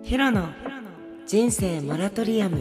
ヒロの人生モラトリアム。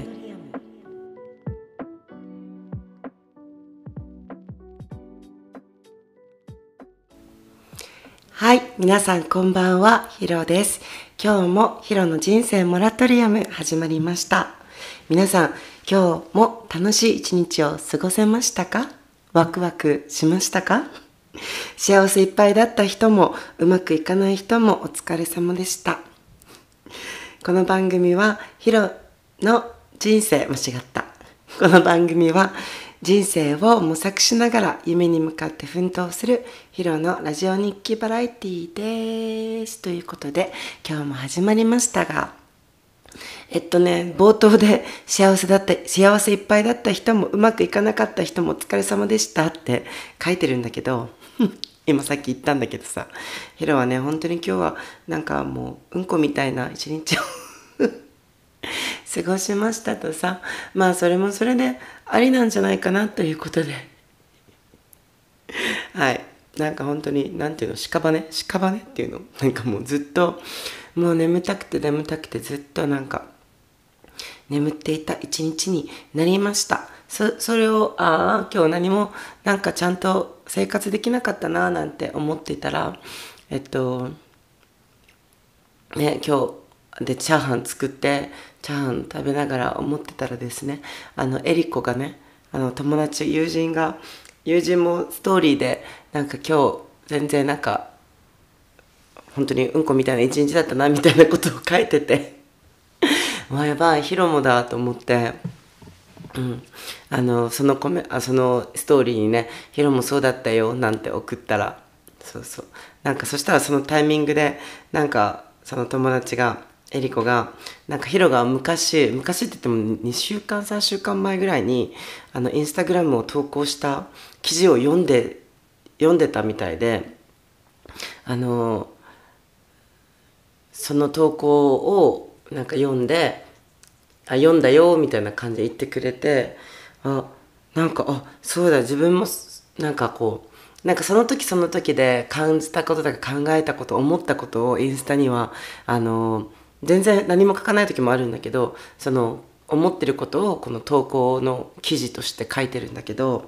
はい、皆さんこんばんは、ヒロです。今日もヒロの人生モラトリアム始まりました。皆さん、今日も楽しい一日を過ごせましたか？ワクワクしましたか？幸せいっぱいだった人もうまくいかない人もお疲れ様でした。この番組はヒロの人生、間違った。この番組は人生を模索しながら夢に向かって奮闘するヒロのラジオ日記バラエティです。ということで今日も始まりましたが、冒頭で幸せいっぱいだった人もうまくいかなかった人もお疲れ様でしたって書いてるんだけど今さっき言ったんだけどさ、ヒロはね、本当に今日はなんかもううんこみたいな一日を過ごしましたとさ、まあそれもそれでありなんじゃないかなということではい、なんか本当になんていうの、屍っていうの、なんかもうずっともう眠たくてずっとなんか眠っていた一日になりました。それを今日何もなんかちゃんと生活できなかったななんて思っていたら、今日でチャーハン作ってチャーハン食べながら思ってたらですね、エリコがね、友達友人もストーリーでなんか今日全然なんか本当にうんこみたいな一日だったなみたいなことを書いててもうやばい、ヒロもだと思って、そのストーリーにね、ヒロもそうだったよなんて送ったら、なんかそしたらそのタイミングでなんかその友達がエリコがなんかヒロが昔って言っても2週間3週間前ぐらいにインスタグラムを投稿した記事を読んでたみたいで、その投稿をなんか読んだよみたいな感じで言ってくれて、そうだ、自分もなんかこうなんかその時で感じたこととか考えたこと思ったことをインスタには全然何も書かない時もあるんだけど、その思ってることをこの投稿の記事として書いてるんだけど、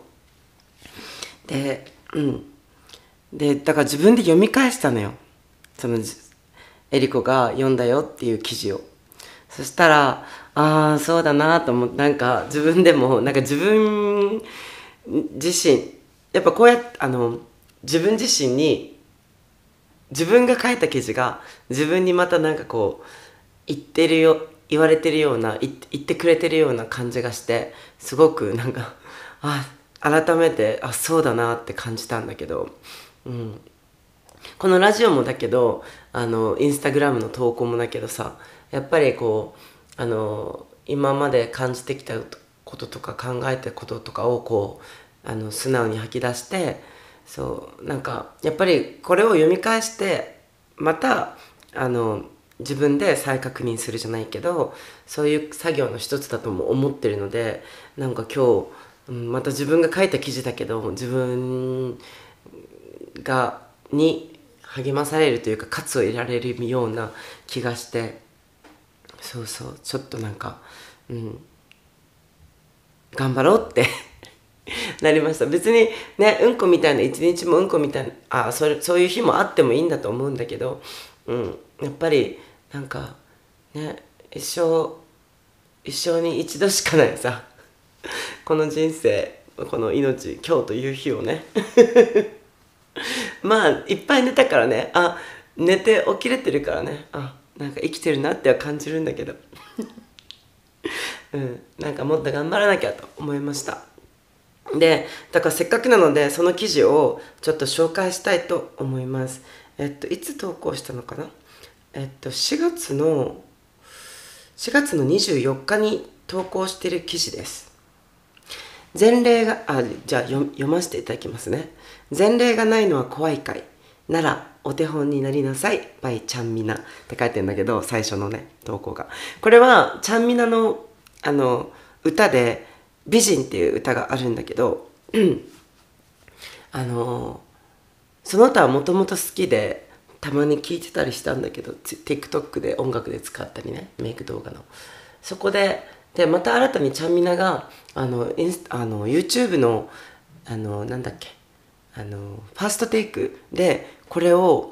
でだから自分で読み返したのよ、そのエリコが読んだよっていう記事を。そしたらそうだなと思って、なんか自分でもなんか自分自身やっぱこうやって自分自身に自分が書いた記事が自分にまたなんかこう言われてるような言ってくれてるような感じがして、すごくなんか改めてそうだなって感じたんだけど、このラジオもだけどインスタグラムの投稿もだけどさ、やっぱりこう今まで感じてきたこととか考えたこととかをこう素直に吐き出して、なんかやっぱりこれを読み返してまた自分で再確認するじゃないけど、そういう作業の一つだとも思ってるので、なんか今日、また自分が書いた記事だけど自分に励まされるというか喝を得られるような気がして、ちょっとなんか頑張ろうってなりました。別にね、うんこみたいな一日もうんこみたいなそういう日もあってもいいんだと思うんだけど、やっぱりなんかね、一生に一度しかないさこの人生、この命、今日という日をねまあいっぱい寝たからね、寝て起きれてるからね、なんか生きてるなっては感じるんだけどなんかもっと頑張らなきゃと思いました。でだからせっかくなのでその記事をちょっと紹介したいと思います。いつ投稿したのかな。4月の24日に投稿している記事です。前例がじゃあ読ませていただきますね。前例がないのは怖いかい、ならお手本になりなさい by ちゃんみなって書いてるんだけど、最初のね投稿がこれはちゃんみなの歌で美人っていう歌があるんだけど、その歌はもともと好きでたまに聞いてたりしたんだけど、TikTok で音楽で使ったりね、メイク動画の。そこでまた新たにちゃんみながYouTube のなんだっけ、ファーストテイクでこれを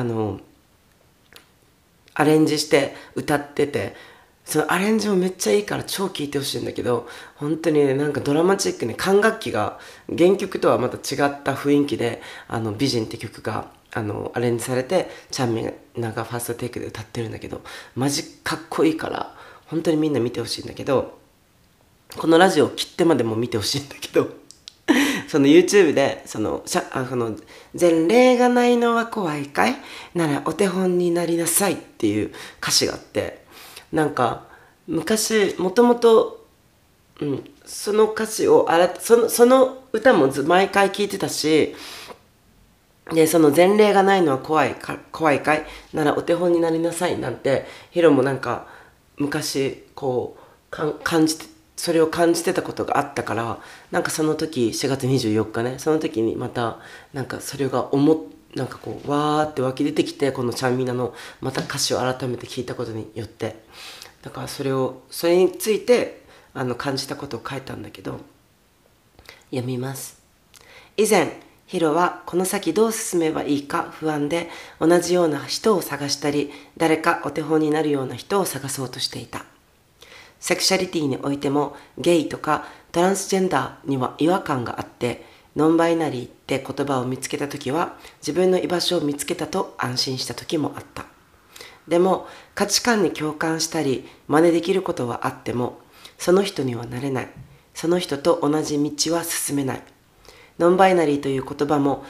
アレンジして歌ってて、そのアレンジもめっちゃいいから超聴いてほしいんだけど、本当にね、なんかドラマチックに管楽器が原曲とはまた違った雰囲気で美人って曲がアレンジされて、チャンミナがファーストテイクで歌ってるんだけど、マジかっこいいから本当にみんな見てほしいんだけど、このラジオを切ってまでも見てほしいんだけどその YouTube でその前例がないのは怖いかいならお手本になりなさいっていう歌詞があって、なんか昔もともとその歌詞をその歌も毎回聴いてたし、でその前例がないのは怖いかいならお手本になりなさいなんて、ヒロもなんか昔こう感じて、それを感じてたことがあったから、なんかその時4月24日ね、その時にまたなんかそれがなんかこうわーって湧き出てきて、このちゃんみなのまた歌詞を改めて聞いたことによって、だからそれについて感じたことを書いたんだけど、読みます。以前ヒロはこの先どう進めばいいか不安で、同じような人を探したり、誰かお手本になるような人を探そうとしていた。セクシャリティにおいてもゲイとかトランスジェンダーには違和感があって、ノンバイナリーって言葉を見つけたときは自分の居場所を見つけたと安心したときもあった。でも価値観に共感したり真似できることはあっても、その人にはなれない。その人と同じ道は進めない。ノンバイナリーという言葉も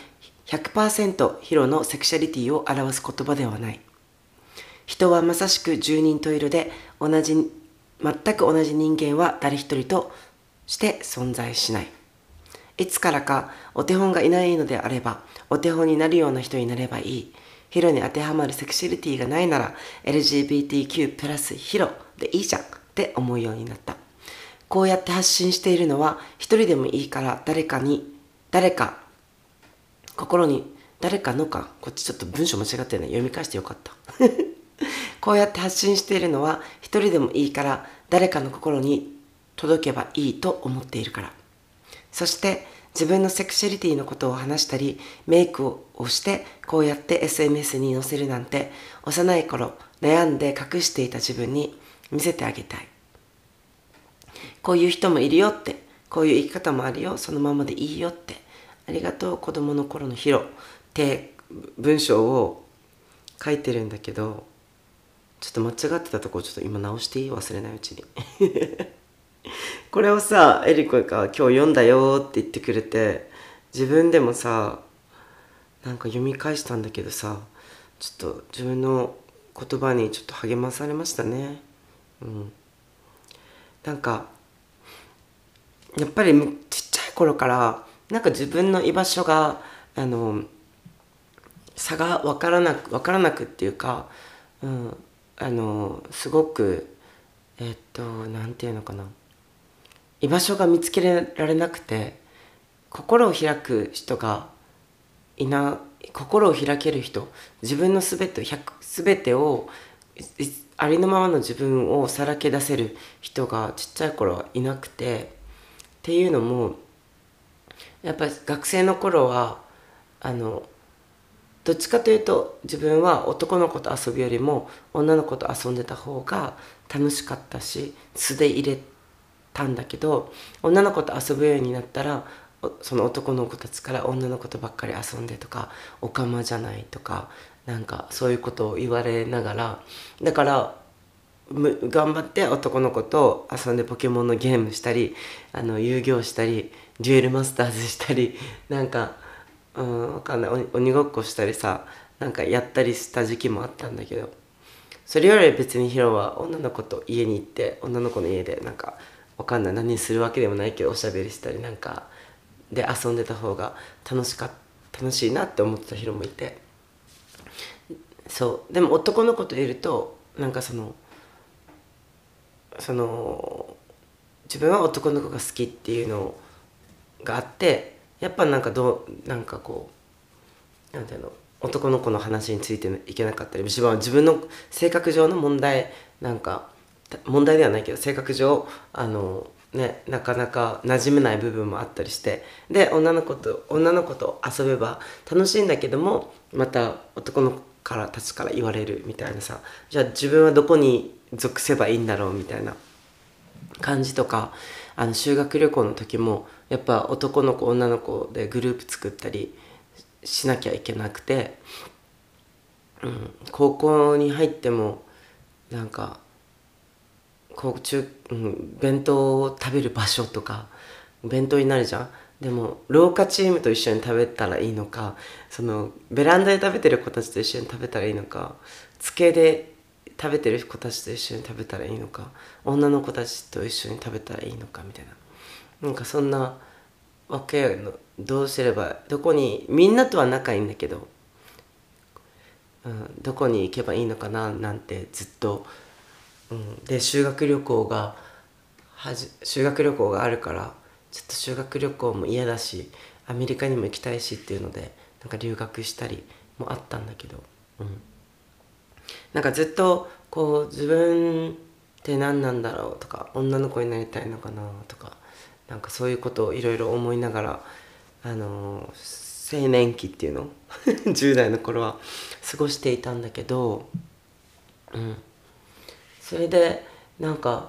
100% ヒロのセクシャリティを表す言葉ではない。人はまさしく十人十色で、全く同じ人間は誰一人として存在しない。いつからかお手本がいないのであれば、お手本になるような人になればいい。ヒロに当てはまるセクシャリティがないなら LGBTQ プラスヒロでいいじゃんって思うようになった。こうやって発信しているのは一人でもいいから、誰かのか、こっちちょっと文章間違ってない、読み返してよかったこうやって発信しているのは一人でもいいから、誰かの心に届けばいいと思っているから。そして自分のセクシャリティのことを話したり、メイクをしてこうやって SNS に載せるなんて、幼い頃悩んで隠していた自分に見せてあげたい。こういう人もいるよって、こういう生き方もあるよ、そのままでいいよって、ありがとう子供の頃のヒロって文章を書いてるんだけど、ちょっと間違ってたところちょっと今直していい？忘れないうちにこれをさ、エリコが今日読んだよって言ってくれて、自分でもさ、なんか読み返したんだけどさ、ちょっと自分の言葉にちょっと励まされましたね。なんかやっぱりちっちゃい頃からなんか自分の居場所が差が分からなくっていうか、すごくなんていうのかな、居場所が見つけられなくて、心を開く人が心を開ける人、自分の全てをありのままの自分をさらけ出せる人がちっちゃい頃はいなくて、っていうのもやっぱり学生の頃はどっちかというと自分は男の子と遊ぶよりも女の子と遊んでた方が楽しかったし素で入れたんだけど、女の子と遊ぶようになったらその男の子たちから女の子とばっかり遊んでとか、オカマじゃないとか、なんかそういうことを言われながら、だから頑張って男の子と遊んでポケモンのゲームしたり、遊戯王したり、デュエルマスターズしたり、なんかわかんない、鬼ごっこしたりさ、なんかやったりした時期もあったんだけど、それより別にヒロは女の子と家に行って、女の子の家でなんかわかんない、何するわけでもないけどおしゃべりしたりなんかで遊んでた方が楽しいなって思ってたヒロもいて、そうでも男の子といるとなんかその自分は男の子が好きっていうのがあって、やっぱなんかこうなんていうの、 男の子の話についていけなかったり、自分の性格上の問題、なんか問題ではないけど性格上なかなか馴染めない部分もあったりして、で女の子と遊べば楽しいんだけども、また男の子たちから言われるみたいなさ、じゃあ自分はどこに属せばいいんだろうみたいな感じとか、修学旅行の時もやっぱ男の子女の子でグループ作ったりしなきゃいけなくて、高校に入ってもなんか弁当を食べる場所とか弁当になるじゃん。でも廊下チームと一緒に食べたらいいのか、そのベランダで食べてる子たちと一緒に食べたらいいのか、机で食べてる子たちと一緒に食べたらいいのか、女の子たちと一緒に食べたらいいのかみたいな、なんかそんなわけの、どうすれば、どこに、みんなとは仲いいんだけど、どこに行けばいいのかななんてずっと、で修学旅行があるから、ちょっと修学旅行も嫌だしアメリカにも行きたいしっていうので、なんか留学したりもあったんだけど、なんかずっとこう自分って何なんだろうとか、女の子になりたいのかなとか、なんかそういうことをいろいろ思いながら、青年期っていうの10代の頃は過ごしていたんだけど、それでなんか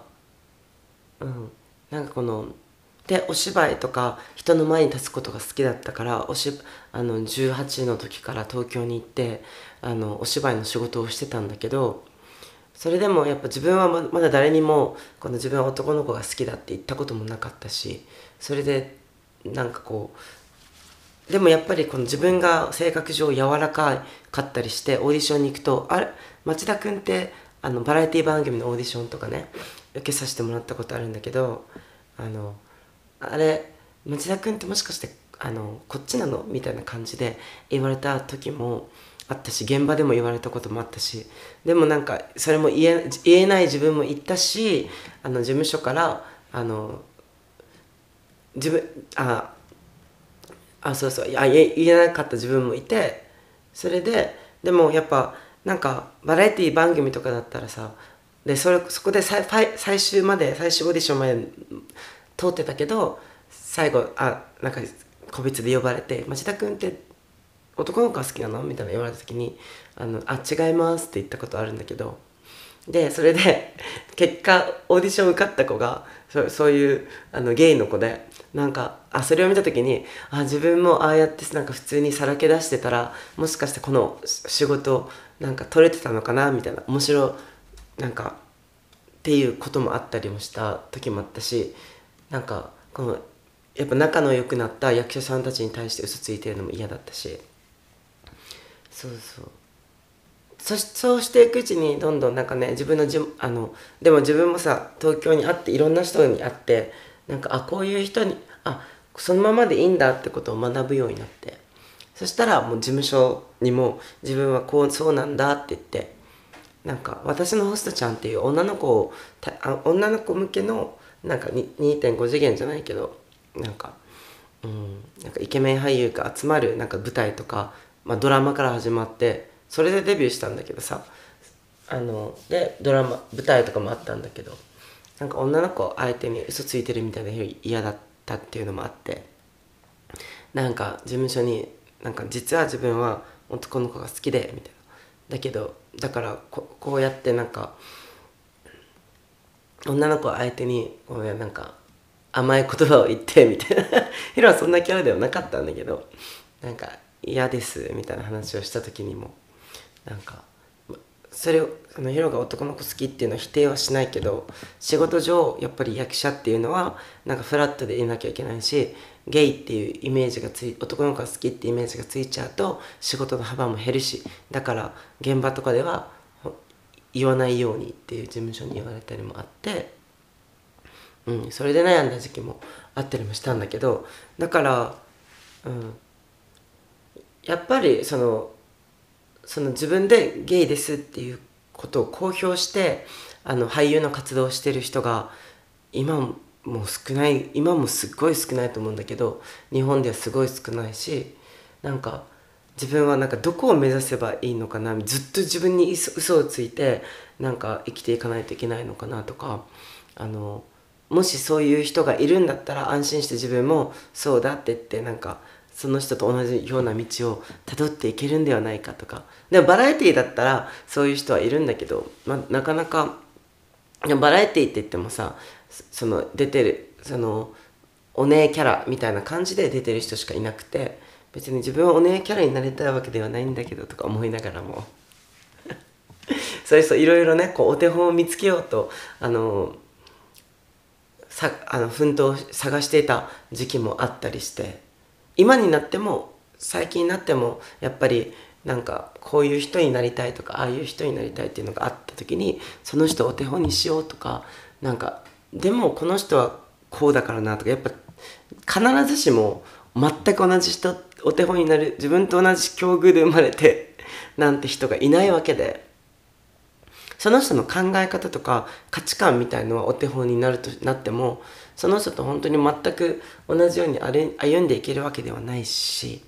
なんかお芝居とか人の前に立つことが好きだったから、18の時から東京に行ってお芝居の仕事をしてたんだけど、それでもやっぱ自分はまだ誰にも自分は男の子が好きだって言ったこともなかったし、それでなんかでもやっぱり自分が性格上柔らかかったりしてオーディションに行くと、あれ町田君ってバラエティ番組のオーディションとかね受けさせてもらったことあるんだけど、あれ町田君ってもしかしてこっちなのみたいな感じで言われた時もあったし、現場でも言われたこともあったし、でもなんかそれも言えない自分もいたし、事務所から自分そうそう、言えなかった自分もいて、それででもやっぱなんかバラエティ番組とかだったらさ、でそこで最終オーディションまで通ってたけど、最後なんか個別で呼ばれて「町田君って男の子が好きなの?」みたいな言われた時に「違います」って言ったことあるんだけど、でそれで結果オーディション受かった子がそういうゲイの子で、なんかそれを見た時に自分もああやってなんか普通にさらけ出してたら、もしかしてこの仕事なんか取れてたのかなみたいな、面白なんかっていうこともあったりもした時もあったし、なんかやっぱ仲の良くなった役者さんたちに対して嘘ついてるのも嫌だったし、そうそう、そうしていくうちにどんどんなんかね、でも自分もさ東京に会っていろんな人に会って、なんかこういう人にそのままでいいんだってことを学ぶようになって、そしたらもう事務所にも自分はそうなんだって言って、なんか私のホストちゃんっていう女の子向けのなんか2.5次元じゃないけど、なんかなんかイケメン俳優が集まるなんか舞台とか、ドラマから始まって、それでデビューしたんだけどさ、で舞台とかもあったんだけど、なんか女の子相手に嘘ついてるみたいな嫌だったっていうのもあって、なんか事務所になんか実は自分は男の子が好きでみたいな、だけどだからこうやってなんか女の子相手になんか甘い言葉を言ってみたいなヒロはそんなキャラではなかったんだけど、なんか嫌ですみたいな話をした時にも、なんかそれをヒロが男の子好きっていうのは否定はしないけど、仕事上やっぱり役者っていうのはなんかフラットでいなきゃいけないし、ゲイっていうイメージが男の子が好きっていうイメージがついちゃうと仕事の幅も減るし、だから現場とかでは言わないようにっていう事務所に言われたりもあって、それで悩んだ時期もあったりもしたんだけど、だから、やっぱりその自分でゲイですっていうことを公表して俳優の活動をしてる人が今もすっごい少ないと思うんだけど、日本ではすごい少ないし、なんか自分はなんかどこを目指せばいいのかな、ずっと自分に嘘をついてなんか生きていかないといけないのかなとか、もしそういう人がいるんだったら安心して自分もそうだって言ってなんかその人と同じような道をたどっていけるんではないかとか。でもバラエティだったらそういう人はいるんだけど、なかなかでもバラエティって言ってもさ、その出てるそのお姉キャラみたいな感じで出てる人しかいなくて、別に自分はお姉キャラになりたいわけではないんだけどとか思いながらもそういう人いろいろね、こうお手本を見つけようと奮闘探していた時期もあったりして、今になっても最近になってもやっぱりなんかこういう人になりたいとかああいう人になりたいっていうのがあった時に、その人をお手本にしようとか、なんかでもこの人はこうだからなとか、やっぱ必ずしも全く同じ人お手本になる、自分と同じ境遇で生まれてなんて人がいないわけで、その人の考え方とか価値観みたいのはお手本になるとなっても、その人と本当に全く同じように歩んでいけるわけではないし、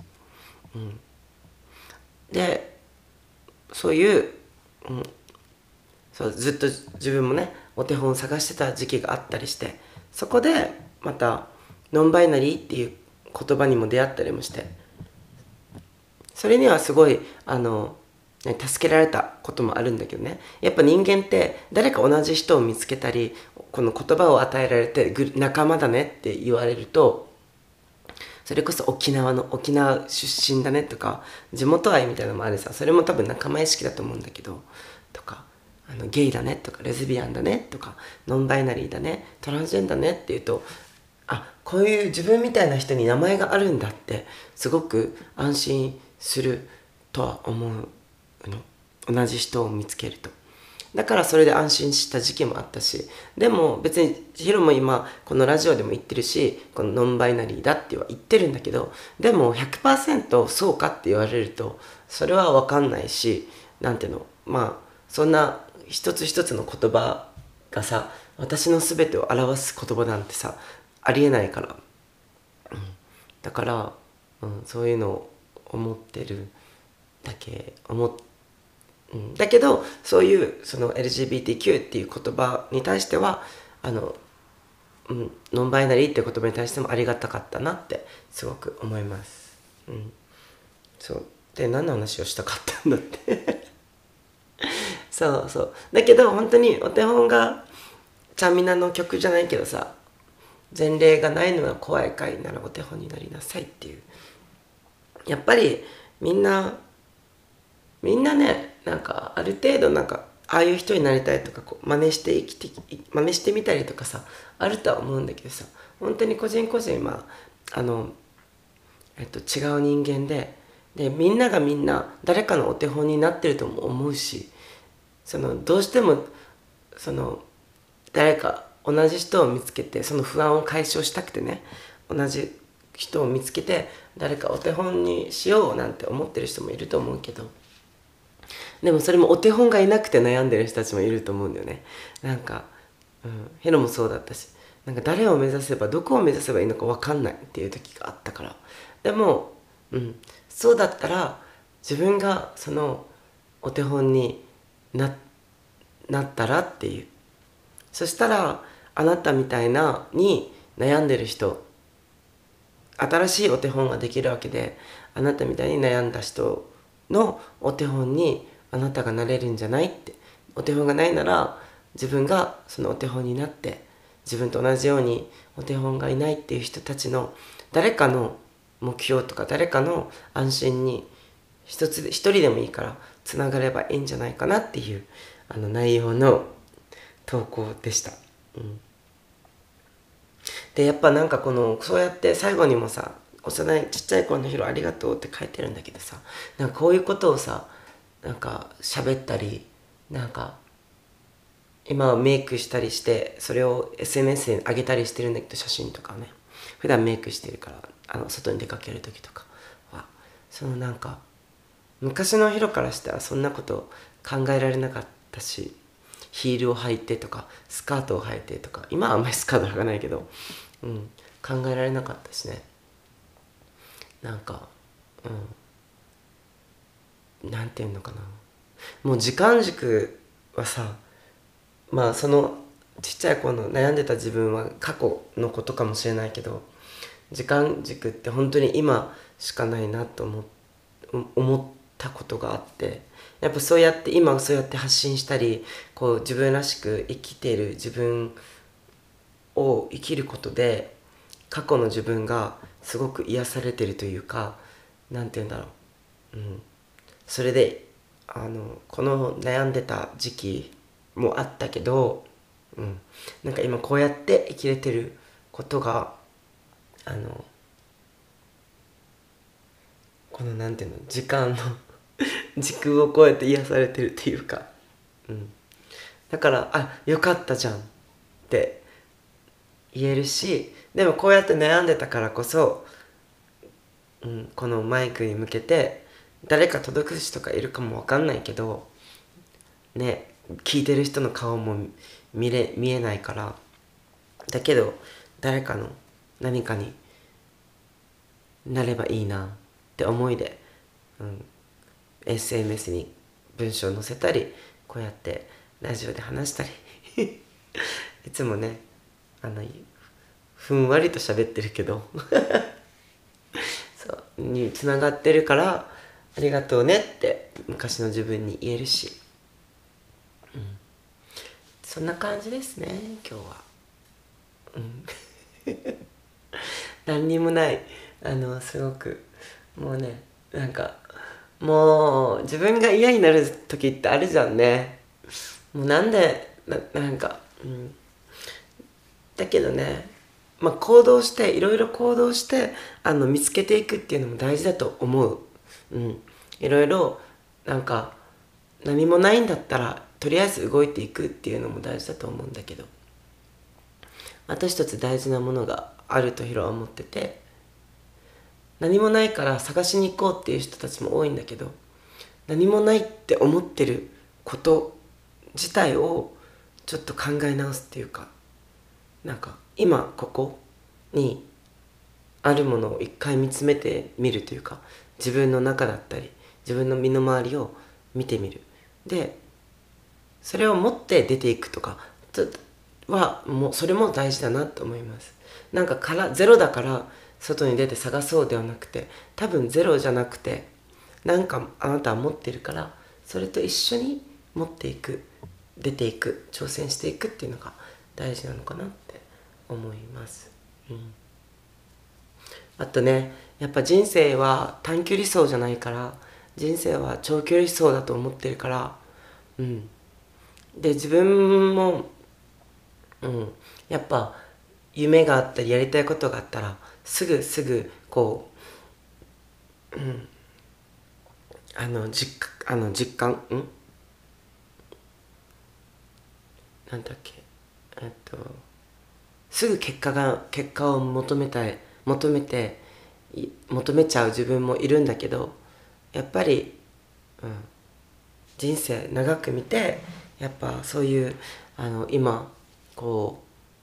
でそういう、そうずっと自分もねお手本を探してた時期があったりして、そこでまたノンバイナリーっていう言葉にも出会ったりもして、それにはすごい助けられたこともあるんだけどね。やっぱ人間って誰か同じ人を見つけたり、この言葉を与えられて仲間だねって言われると、それこそ沖縄出身だねとか地元愛みたいなのもあるさ、それも多分仲間意識だと思うんだけど、とかゲイだねとかレズビアンだねとかノンバイナリーだねトランスジェンダーねっていうと、こういう自分みたいな人に名前があるんだってすごく安心するとは思うの。同じ人を見つけると。だからそれで安心した時期もあったし、でも別にヒロも今このラジオでも言ってるし、このノンバイナリーだっては言ってるんだけど、でも 100% そうかって言われるとそれは分かんないし、なんていうの、そんな一つ一つの言葉がさ、私の全てを表す言葉なんてさありえないから、だから、そういうのを思ってるだけだけど、そういうその LGBTQ っていう言葉に対してはノンバイナリーって言葉に対してもありがたかったなってすごく思います。そうで、何の話をしたかったんだってそうだけど本当にお手本がちゃんみなの曲じゃないけどさ、前例がないのは怖いかいならお手本になりなさいっていう、やっぱりみんなね、なんかある程度なんかああいう人になりたいとかこう真似してみたりとかさあるとは思うんだけどさ、本当に個人個人違う人間でみんながみんな誰かのお手本になってるとも思うし、どうしても誰か同じ人を見つけてその不安を解消したくてね、同じ人を見つけて誰かお手本にしようなんて思ってる人もいると思うけど、でもそれもお手本がいなくて悩んでる人たちもいると思うんだよね。なんか、ヘロもそうだったし、なんか誰を目指せばどこを目指せばいいのか分かんないっていう時があったから、でも、そうだったら自分がそのお手本になったらっていう、そしたらあなたみたいなに悩んでる人、新しいお手本ができるわけで、あなたみたいに悩んだ人のお手本にあなたがなれるんじゃないって。お手本がないなら自分がそのお手本になって、自分と同じようにお手本がいないっていう人たちの誰かの目標とか誰かの安心に一人でもいいからつながればいいんじゃないかなっていう内容の投稿でした。でやっぱなんかそうやって最後にもさ、幼いちっちゃい頃のヒロありがとうって書いてるんだけどさ、なんかこういうことをさなんか喋ったり、なんか今はメイクしたりしてそれを SNS に上げたりしてるんだけど、写真とかね、普段メイクしてるから外に出かける時とかはなんか昔のヒロからしたらそんなこと考えられなかったし、ヒールを履いてとかスカートを履いてとか、今はあんまりスカート履かないけど、考えられなかったしね。なんかなんていうのかな、もう時間軸はさ、まあそのちっちゃい頃の悩んでた自分は過去のことかもしれないけど、時間軸って本当に今しかないなと思ったことがあって、やっぱそうやって今そうやって発信したり、こう自分らしく生きている自分を生きることで、過去の自分がすごく癒されてるというか、なんて言うんだろう、それでこの悩んでた時期もあったけど、なんか今こうやって生きれてることが、このなんていうの、時間の時空を超えて癒されてるっていうか、だからよかったじゃんって言えるし、でもこうやって悩んでたからこそ、このマイクに向けて誰か届く人がいるかもわかんないけどね、聞いてる人の顔も見えないから、だけど誰かの何かになればいいなって思いで、SNS に文章を載せたり、こうやってラジオで話したりいつもね、ふんわりと喋ってるけどそうにつながってるから、ありがとうねって昔の自分に言えるし、そんな感じですね今日は。何にもない、すごくもうね、なんかもう自分が嫌になる時ってあるじゃんね。もうなんでなんか、だけどね、まあ行動して、いろいろ行動して見つけていくっていうのも大事だと思う。いろいろなんか何もないんだったらとりあえず動いていくっていうのも大事だと思うんだけど、あと一つ大事なものがあるとヒロは思ってて、何もないから探しに行こうっていう人たちも多いんだけど、何もないって思ってること自体をちょっと考え直すっていうか、なんか今ここにあるものを一回見つめてみるというか、自分の中だったり自分の身の回りを見てみる。でそれを持って出ていくとかはもうそれも大事だなと思います。なんかゼロだから外に出て探そうではなくて、多分ゼロじゃなくて、なんかあなたは持ってるから、それと一緒に持っていく、出ていく、挑戦していくっていうのが大事なのかなって思います。あとね、やっぱ人生は短距離走じゃないから、人生は長距離走だと思ってるから、で自分も、やっぱ夢があったりやりたいことがあったらすぐこう、実感なんだっけ、すぐ結果を求めちゃう自分もいるんだけど、やっぱり、人生長く見て、やっぱそういう今こ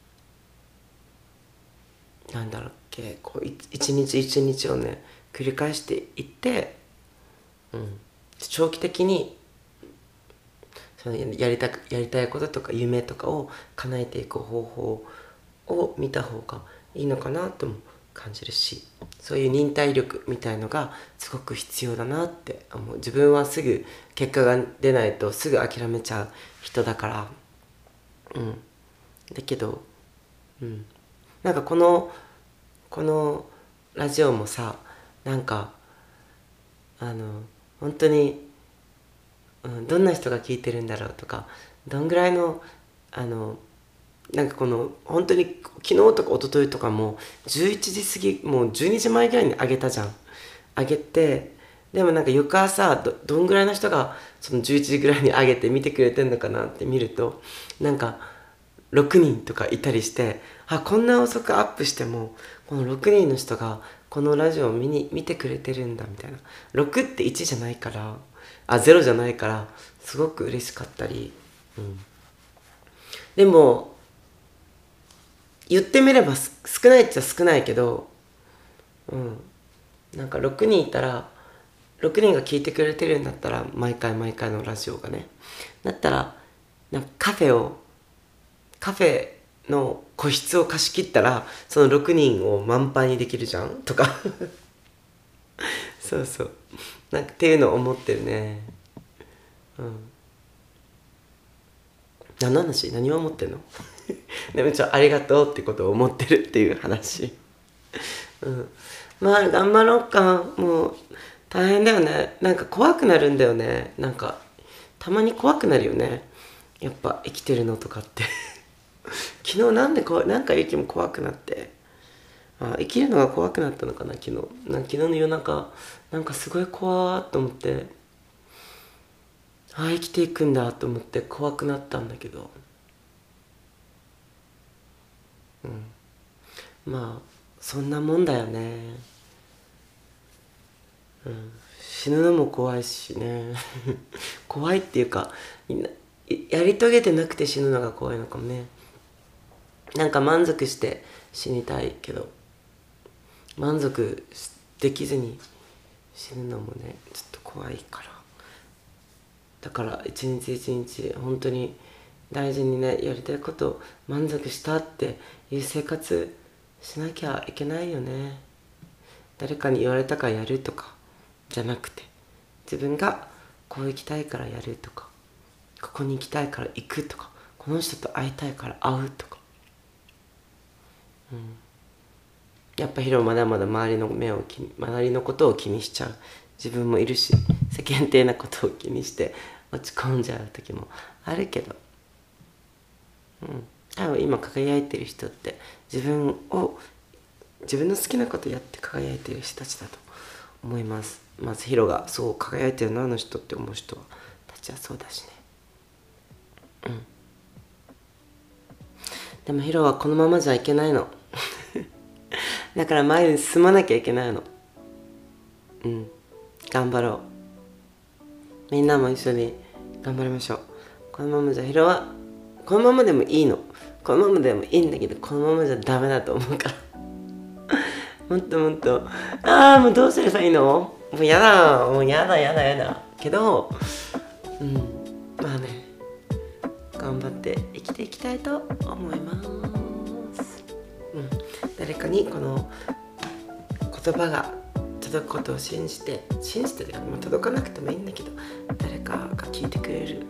うなんだろうっけ、こう一日一日をね繰り返していって、長期的にそのやりたいこととか夢とかを叶えていく方法を見た方がいいのかなとも感じるし、そういう忍耐力みたいのがすごく必要だなって思う。自分はすぐ結果が出ないとすぐ諦めちゃう人だから、だけど、なんかこのラジオもさ、なんか本当に、どんな人が聞いてるんだろうとか、どんぐらいのなんかこの本当に昨日とか一昨日とかも11時過ぎ、もう12時前ぐらいにあげたじゃん。あげて、でもなんか翌朝どんぐらいの人がその11時ぐらいにあげて見てくれてんのかなって見ると、なんか6人とかいたりして、こんな遅くアップしてもこの6人の人がこのラジオを見てくれてるんだみたいな。6って1じゃないから、0じゃないから、すごく嬉しかったり、でも言ってみれば少ないっちゃ少ないけど、なんか6人いたら 6人が聞いてくれてるんだったら、毎回毎回のラジオがね、だったらなんかカフェの個室を貸し切ったらその6人を満杯にできるじゃんとかそうそう、なんかっていうのを思ってるね。うん、何の話？何を思ってんのでもありがとうってことを思ってるっていう話うん、まあ頑張ろうか。もう大変だよね。なんか怖くなるんだよね。なんかたまに怖くなるよね、やっぱ生きてるのとかって昨日なんか息も怖くなって、生きるのが怖くなったのかな。昨日の夜中なんかすごい怖ーっと思って、生きていくんだと思って怖くなったんだけど、まあそんなもんだよね。死ぬのも怖いしね怖いっていうか、やり遂げてなくて死ぬのが怖いのかもね。なんか満足して死にたいけど、満足できずに死ぬのもねちょっと怖いから、だから一日一日本当に大事にね、やりたいことを満足したっていう生活しなきゃいけないよね。誰かに言われたからやるとかじゃなくて、自分がこう行きたいからやるとか、ここに行きたいから行くとか、この人と会いたいから会うとか、やっぱヒロまだまだ周りのことを気にしちゃう自分もいるし、世間体なことを気にして落ち込んじゃう時もあるけど、多分今輝いてる人って自分の好きなことやって輝いてる人たちだと思います。まずヒロがそう輝いてるなあの人って思う人たちはそうだしね。でもヒロはこのままじゃいけないのだから前に進まなきゃいけないの。頑張ろう。みんなも一緒に頑張りましょう。このままじゃヒロはこのままでもいいの。このままでもいいんだけど、このままじゃダメだと思うからもっともっともうどうすればいいの？もうやだけど、まあね、頑張って生きていきたいと思います。誰かにこの言葉が届くことを信じてというか、届かなくてもいいんだけど、誰かが聞いてくれる、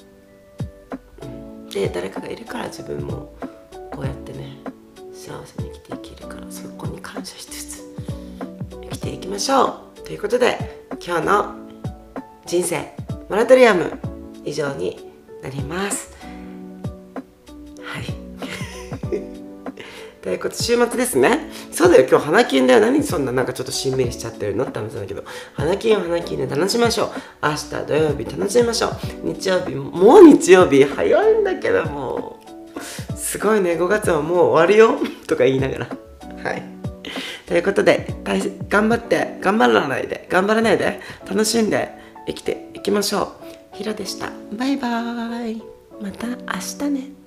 で誰かがいるから自分もこうやってね幸せに生きていけるから、そこに感謝しつつ生きていきましょうということで、今日の人生モラトリアム以上になります。ということで週末ですね。そうだよ、今日花金だよ。何そんななんかちょっとしんみりしちゃってるのって話なんだけど、花金で楽しみましょう。明日土曜日楽しみましょう。日曜日もう日曜日早いんだけど、もうすごいね、5月はもう終わるよとか言いながらということで、頑張らないで楽しんで生きていきましょう。ヒロでした。バイバーイ。また明日ね。